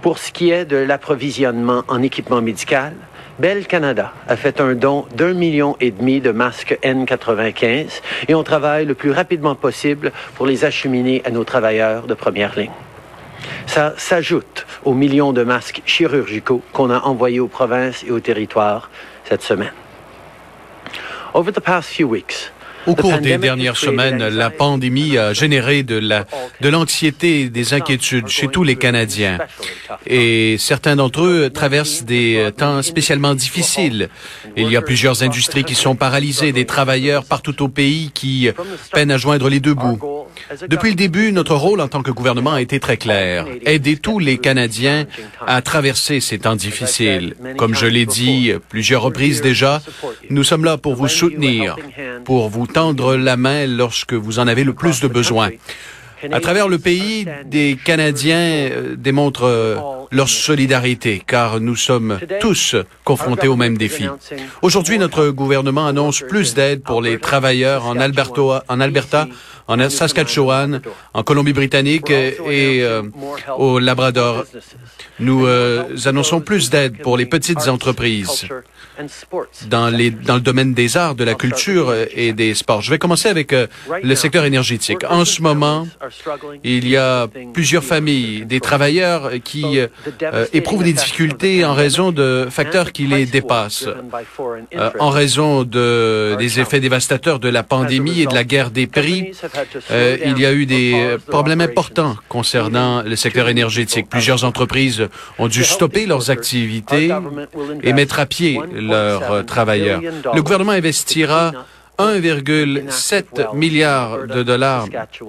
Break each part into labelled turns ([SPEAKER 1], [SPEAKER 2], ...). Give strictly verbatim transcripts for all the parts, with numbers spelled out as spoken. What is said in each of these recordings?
[SPEAKER 1] Pour ce qui est de l'approvisionnement en équipement médical, Bell Canada a fait un don d'un million et demi de masques N quatre-vingt-quinze et on travaille le plus rapidement possible pour les acheminer à nos travailleurs de première ligne. Ça s'ajoute aux millions de masques chirurgicaux qu'on a envoyés aux provinces et aux territoires cette semaine. Over the past few weeks,
[SPEAKER 2] Au cours des dernières semaines, la pandémie a généré de la, de l'anxiété et des inquiétudes chez tous les Canadiens. Et certains d'entre eux traversent des temps spécialement difficiles. Il y a plusieurs industries qui sont paralysées, des travailleurs partout au pays qui peinent à joindre les deux bouts. Depuis le début, notre rôle en tant que gouvernement a été très clair. Aider tous les Canadiens à traverser ces temps difficiles. Comme je l'ai dit plusieurs reprises déjà, nous sommes là pour vous soutenir, pour vous tendre la main lorsque vous en avez le plus de besoin. À travers le pays, des Canadiens démontrent leur solidarité, car nous sommes tous confrontés aux mêmes défis. Aujourd'hui, notre gouvernement annonce plus d'aide pour les travailleurs en Alberta, en Alberta, en Saskatchewan, en Colombie-Britannique et euh, au Labrador. Nous euh, annonçons plus d'aide pour les petites entreprises dans, les, dans le domaine des arts, de la culture et des sports. Je vais commencer avec euh, le secteur énergétique. En ce moment, il y a plusieurs familles, des travailleurs qui euh, éprouvent des difficultés en raison de facteurs qui les dépassent, euh, en raison de, des effets dévastateurs de la pandémie et de la guerre des prix. Euh, il y a eu des problèmes importants concernant le secteur énergétique. Plusieurs entreprises ont dû stopper leurs activités et mettre à pied leurs euh, travailleurs. Le gouvernement investira un virgule sept milliard de dollars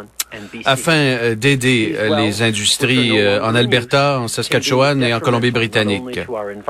[SPEAKER 2] afin d'aider les industries en Alberta, en Saskatchewan et en Colombie-Britannique.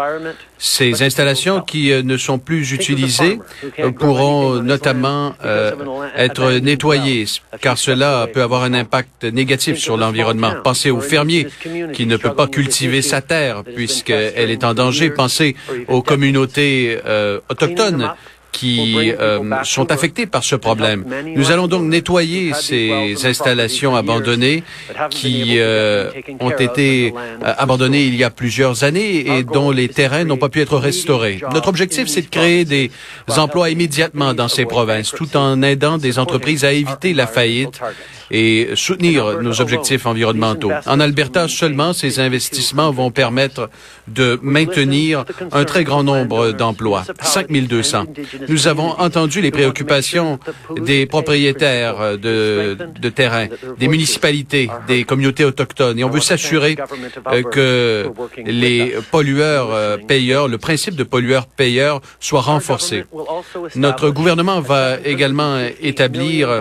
[SPEAKER 2] Ces installations qui ne sont plus utilisées pourront notamment euh, être nettoyées, car cela peut avoir un impact négatif sur l'environnement. Pensez aux fermiers qui ne peut pas cultiver sa terre puisqu'elle est en danger. Pensez aux communautés euh, autochtones qui euh, sont affectés par ce problème. Nous allons donc nettoyer ces installations abandonnées qui euh, ont été euh, abandonnées il y a plusieurs années et dont les terrains n'ont pas pu être restaurés. Notre objectif, c'est de créer des emplois immédiatement dans ces provinces, tout en aidant des entreprises à éviter la faillite et soutenir nos objectifs environnementaux. En Alberta seulement, ces investissements vont permettre de maintenir un très grand nombre d'emplois, cinq mille deux cents. Nous avons entendu les préoccupations des propriétaires de, de terrain, des municipalités, des communautés autochtones, et on veut s'assurer euh, que les pollueurs-payeurs, le principe de pollueur-payeur soit renforcé. Notre gouvernement va également établir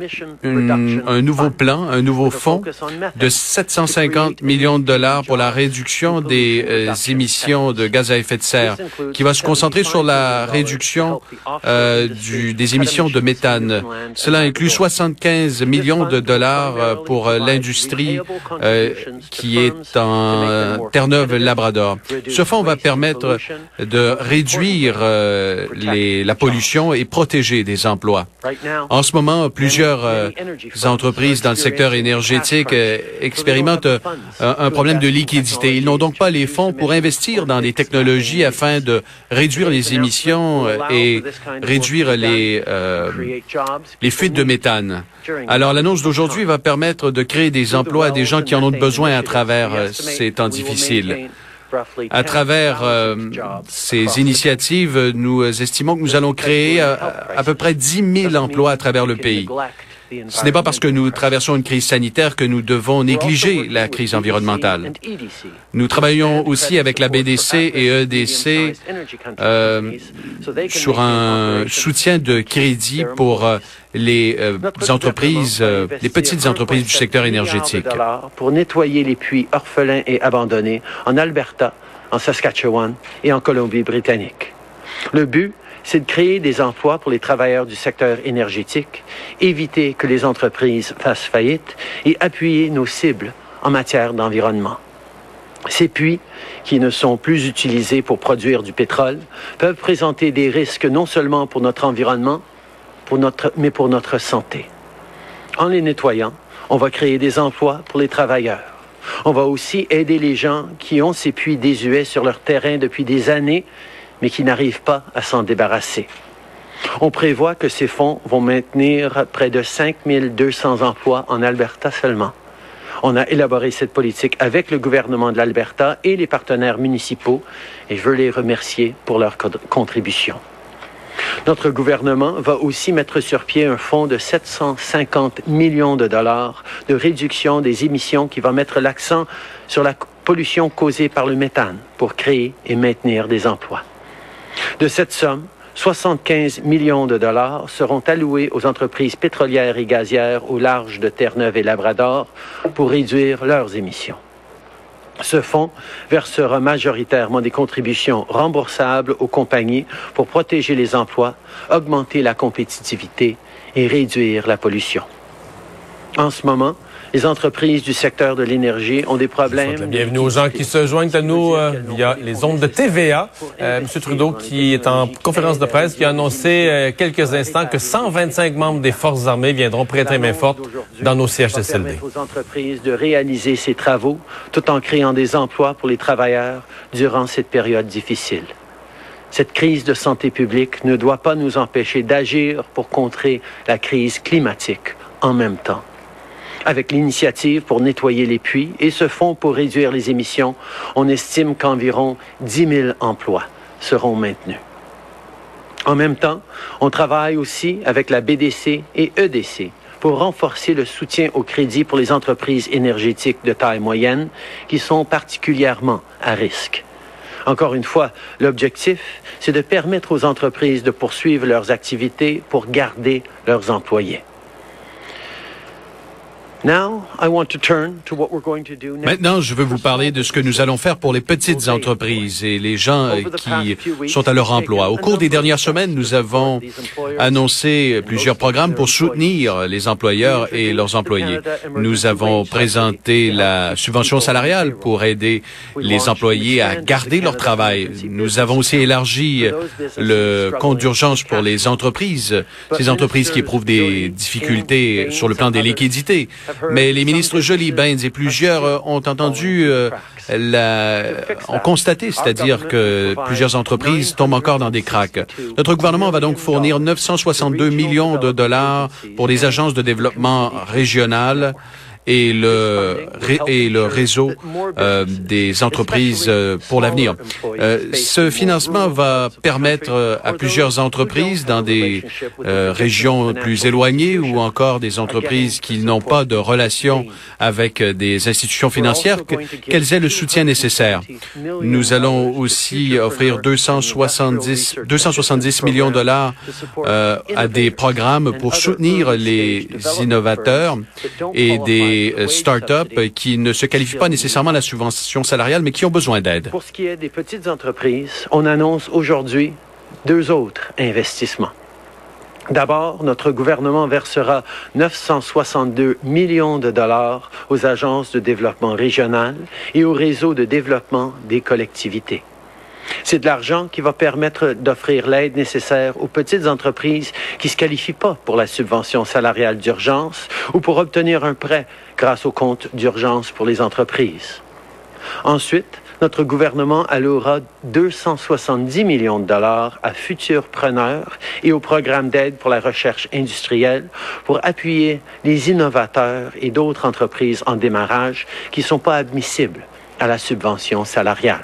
[SPEAKER 2] une, un nouveau plan, un nouveau fonds de sept cent cinquante millions de dollars pour la réduction des euh, émissions de gaz à effet de serre, qui va se concentrer sur la réduction euh, du, des émissions de méthane. Cela inclut soixante-quinze millions de dollars pour euh, l'industrie euh, qui est en Terre-Neuve-Labrador. Ce fonds va permettre de réduire euh, les, la pollution et protéger des emplois. En ce moment, plusieurs euh, entreprises dans le secteur énergétique euh, expérimentent euh, un problème de liquidité. Ils n'ont donc pas les fonds pour investir dans des technologies afin de réduire les émissions euh, et réduire les, euh, les fuites de méthane. Alors, l'annonce d'aujourd'hui va permettre de créer des emplois à des gens qui en ont besoin à travers euh, ces temps difficiles. À travers euh, ces initiatives, nous estimons que nous allons créer à, à peu près dix mille emplois à travers le pays. Ce n'est pas parce que nous traversons une crise sanitaire que nous devons négliger la crise environnementale. Nous travaillons aussi avec la B D C et E D C euh, sur un soutien de crédit pour euh, les euh, entreprises, euh, les petites entreprises du secteur énergétique.
[SPEAKER 1] Pour nettoyer les puits orphelins et abandonnés en Alberta, en Saskatchewan et en Colombie-Britannique. Le but, c'est de créer des emplois pour les travailleurs du secteur énergétique, éviter que les entreprises fassent faillite et appuyer nos cibles en matière d'environnement. Ces puits, qui ne sont plus utilisés pour produire du pétrole, peuvent présenter des risques non seulement pour notre environnement, pour notre, mais pour notre santé. En les nettoyant, on va créer des emplois pour les travailleurs. On va aussi aider les gens qui ont ces puits désuets sur leur terrain depuis des années, mais qui n'arrivent pas à s'en débarrasser. On prévoit que ces fonds vont maintenir près de cinq mille deux cents emplois en Alberta seulement. On a élaboré cette politique avec le gouvernement de l'Alberta et les partenaires municipaux, et je veux les remercier pour leur contribution. Notre gouvernement va aussi mettre sur pied un fonds de sept cent cinquante millions de dollars de réduction des émissions qui va mettre l'accent sur la pollution causée par le méthane pour créer et maintenir des emplois. De cette somme, soixante-quinze millions de dollars seront alloués aux entreprises pétrolières et gazières au large de Terre-Neuve et Labrador pour réduire leurs émissions. Ce fonds versera majoritairement des contributions remboursables aux compagnies pour protéger les emplois, augmenter la compétitivité et réduire la pollution. En ce moment, les entreprises du secteur de l'énergie ont des problèmes.
[SPEAKER 3] Bienvenue aux gens qui se joignent à nous euh, via les ondes de T V A. Euh, M. Trudeau qui est en conférence de presse, qui a annoncé euh, quelques instants que cent vingt-cinq membres des Forces armées viendront prêter main forte dans nos C H S L D.
[SPEAKER 1] Aux entreprises de réaliser ces travaux tout en créant des emplois pour les travailleurs durant cette période difficile. Cette crise de santé publique ne doit pas nous empêcher d'agir pour contrer la crise climatique en même temps. Avec l'initiative pour nettoyer les puits et ce fonds pour réduire les émissions, on estime qu'environ dix mille emplois seront maintenus. En même temps, on travaille aussi avec la B D C et E D C pour renforcer le soutien au crédit pour les entreprises énergétiques de taille moyenne qui sont particulièrement à risque. Encore une fois, l'objectif, c'est de permettre aux entreprises de poursuivre leurs activités pour garder leurs employés.
[SPEAKER 2] Maintenant, je veux vous parler de ce que nous allons faire pour les petites entreprises et les gens qui sont à leur emploi. Au cours des dernières semaines, nous avons annoncé plusieurs programmes pour soutenir les employeurs et leurs employés. Nous avons présenté la subvention salariale pour aider les employés à garder leur travail. Nous avons aussi élargi le compte d'urgence pour les entreprises, ces entreprises qui éprouvent des difficultés sur le plan des liquidités. Mais les ministres Joly, Baines et plusieurs ont entendu, euh, la, ont constaté, c'est-à-dire que plusieurs entreprises tombent encore dans des cracks. Notre gouvernement va donc fournir neuf cent soixante-deux millions de dollars pour les agences de développement régionales et le, et le réseau euh, des entreprises euh, pour l'avenir. Euh, ce financement va permettre euh, à plusieurs entreprises dans des euh, régions plus éloignées ou encore des entreprises qui n'ont pas de relation avec euh, des institutions financières qu'elles aient le soutien nécessaire. Nous allons aussi offrir deux cent soixante-dix millions de dollars euh, à des programmes pour soutenir les innovateurs et des start-up qui ne se qualifient pas nécessairement à la subvention salariale, mais qui ont besoin d'aide.
[SPEAKER 1] Pour ce qui est des petites entreprises, on annonce aujourd'hui deux autres investissements. D'abord, notre gouvernement versera neuf cent soixante-deux millions de dollars aux agences de développement régional et au réseau de développement des collectivités. C'est de l'argent qui va permettre d'offrir l'aide nécessaire aux petites entreprises qui ne se qualifient pas pour la subvention salariale d'urgence ou pour obtenir un prêt grâce au compte d'urgence pour les entreprises. Ensuite, notre gouvernement allouera deux cent soixante-dix millions de dollars à futurs preneurs et au programme d'aide pour la recherche industrielle pour appuyer les innovateurs et d'autres entreprises en démarrage qui ne sont pas admissibles à la subvention salariale.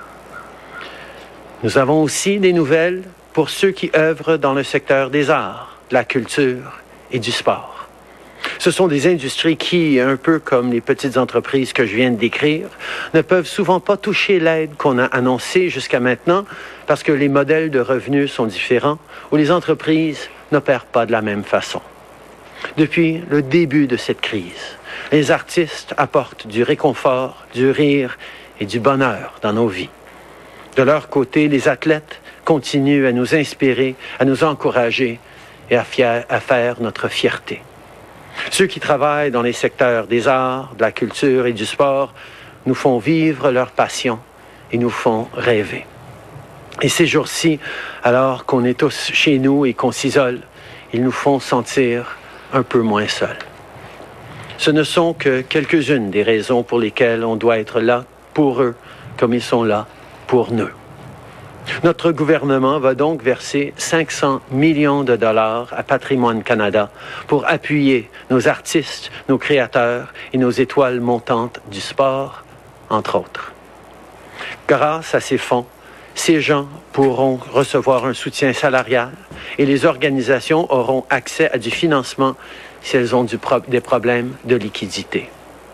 [SPEAKER 1] Nous avons aussi des nouvelles pour ceux qui œuvrent dans le secteur des arts, de la culture et du sport. Ce sont des industries qui, un peu comme les petites entreprises que je viens de décrire, ne peuvent souvent pas toucher l'aide qu'on a annoncée jusqu'à maintenant parce que les modèles de revenus sont différents ou les entreprises n'opèrent pas de la même façon. Depuis le début de cette crise, les artistes apportent du réconfort, du rire et du bonheur dans nos vies. De leur côté, les athlètes continuent à nous inspirer, à nous encourager et à, fier, à faire notre fierté. Ceux qui travaillent dans les secteurs des arts, de la culture et du sport nous font vivre leur passion et nous font rêver. Et ces jours-ci, alors qu'on est tous chez nous et qu'on s'isole, ils nous font sentir un peu moins seuls. Ce ne sont que quelques-unes des raisons pour lesquelles on doit être là pour eux comme ils sont là pour nous. Notre gouvernement va donc verser cinq cents millions de dollars à Patrimoine Canada pour appuyer nos artistes, nos créateurs et nos étoiles montantes du sport, entre autres. Grâce à ces fonds, ces gens pourront recevoir un soutien salarial et les organisations auront accès à du financement si elles ont du pro- des problèmes de liquidité.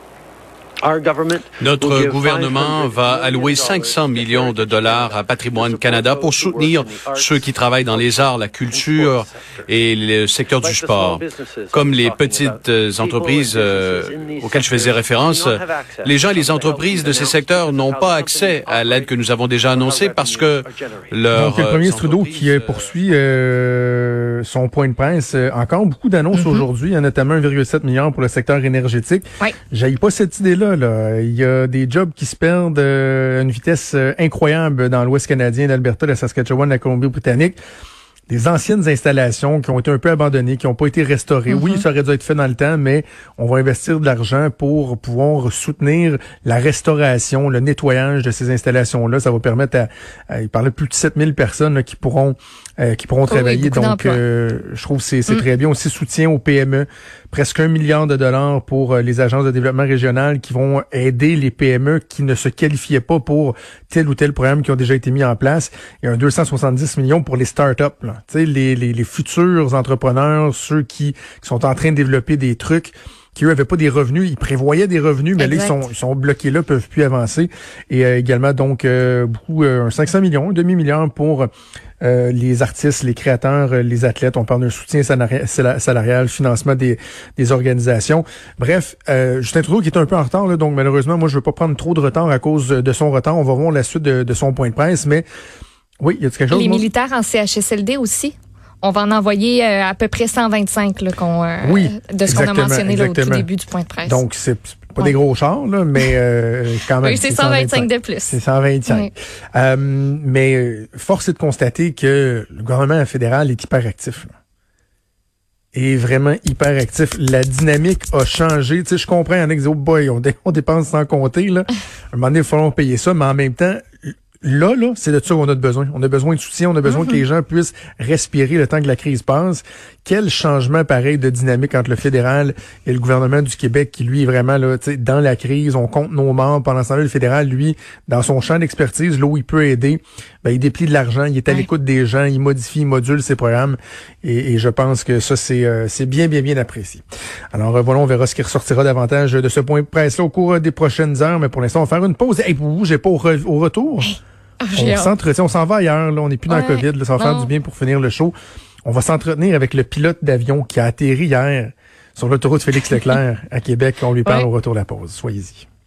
[SPEAKER 2] Notre gouvernement va allouer cinq cents millions de dollars à Patrimoine Canada pour soutenir ceux qui travaillent dans les arts, la culture et le secteur du sport. Comme les petites entreprises euh, auxquelles je faisais référence, les gens et les entreprises de ces secteurs n'ont pas accès à l'aide que nous avons déjà annoncée parce que leur...
[SPEAKER 4] Donc, le premier ministre Trudeau qui euh, poursuit euh, son point de presse. Euh, encore beaucoup d'annonces mm-hmm. aujourd'hui, il y a notamment un virgule sept milliard pour le secteur énergétique. Oui. J'haïs pas cette idée-là. Là. Il y a des jobs qui se perdent euh, à une vitesse euh, incroyable dans l'Ouest canadien, l'Alberta, la Saskatchewan, la Colombie-Britannique. Des anciennes installations qui ont été un peu abandonnées, qui n'ont pas été restaurées. Mm-hmm. Oui, ça aurait dû être fait dans le temps, mais on va investir de l'argent pour pouvoir soutenir la restauration, le nettoyage de ces installations-là. Ça va permettre à, à il parlait de plus de sept mille personnes là, qui pourront euh, qui pourront travailler.
[SPEAKER 5] Oui,
[SPEAKER 4] donc, euh, je trouve que c'est, c'est mm. très bien. Aussi, soutien aux P M E. Presque un milliard de dollars pour euh, les agences de développement régional qui vont aider les P M E qui ne se qualifiaient pas pour tel ou tel programme qui ont déjà été mis en place. Il y a un deux cent soixante-dix millions pour les start-up, là. Tu sais, les, les, les futurs entrepreneurs, ceux qui, qui sont en train de développer des trucs, qui eux avaient pas des revenus, ils prévoyaient des revenus, mais exact. Là ils sont, ils sont bloqués là, peuvent plus avancer. Et euh, également donc euh, beaucoup, euh, cinq cents millions, un demi-milliard pour euh, les artistes, les créateurs, euh, les athlètes. On parle d'un soutien salari- salarial, financement des, des organisations. Bref, euh, Justin Trudeau qui est un peu en retard, là, donc malheureusement, moi je veux pas prendre trop de retard à cause de son retard. On va voir la suite de, de son point de presse, mais oui, y a quelque chose?
[SPEAKER 5] Les moi? militaires en C H S L D aussi. On va en envoyer euh, à peu près cent vingt-cinq là, qu'on, euh,
[SPEAKER 4] oui,
[SPEAKER 5] de ce qu'on a mentionné là, au tout début du point de presse.
[SPEAKER 4] Donc, c'est pas ouais. des gros chars, là, mais euh, quand même.
[SPEAKER 5] Oui, c'est, c'est cent vingt-cinq de plus.
[SPEAKER 4] C'est cent vingt-cinq. Oui. Euh, mais euh, force est de constater que le gouvernement fédéral est hyper actif. Là. Est vraiment hyper actif. La dynamique a changé. Tu sais, je comprends, il y en a qui disent, oh boy, on, dé- on dépense sans compter. Là. À un moment donné, il va falloir payer ça, mais en même temps, Là, là, c'est de ça qu'on a besoin. On a besoin de soutien, on a besoin mm-hmm. que les gens puissent respirer le temps que la crise passe. Quel changement pareil de dynamique entre le fédéral et le gouvernement du Québec qui, lui, est vraiment là, tu sais, dans la crise, on compte nos morts. Pendant ce temps-là, le fédéral, lui, dans son champ d'expertise, là où il peut aider, ben, il déplie de l'argent, il est à ouais. l'écoute des gens, il modifie, il module ses programmes. Et, et je pense que ça, c'est, euh, c'est bien, bien, bien apprécié. Alors, euh, voilà, on verra ce qui ressortira davantage de ce point de presse-là au cours des prochaines heures. Mais pour l'instant, on va faire une pause. Hey, vous bougez pas au, re- au retour. On s'entretient, on s'en va ailleurs, là, on n'est plus ouais, dans le COVID, là, ça va non. faire du bien pour finir le show. On va s'entretenir avec le pilote d'avion qui a atterri hier sur l'autoroute Félix-Leclerc à Québec. On lui parle ouais. au retour de la pause. Soyez-y.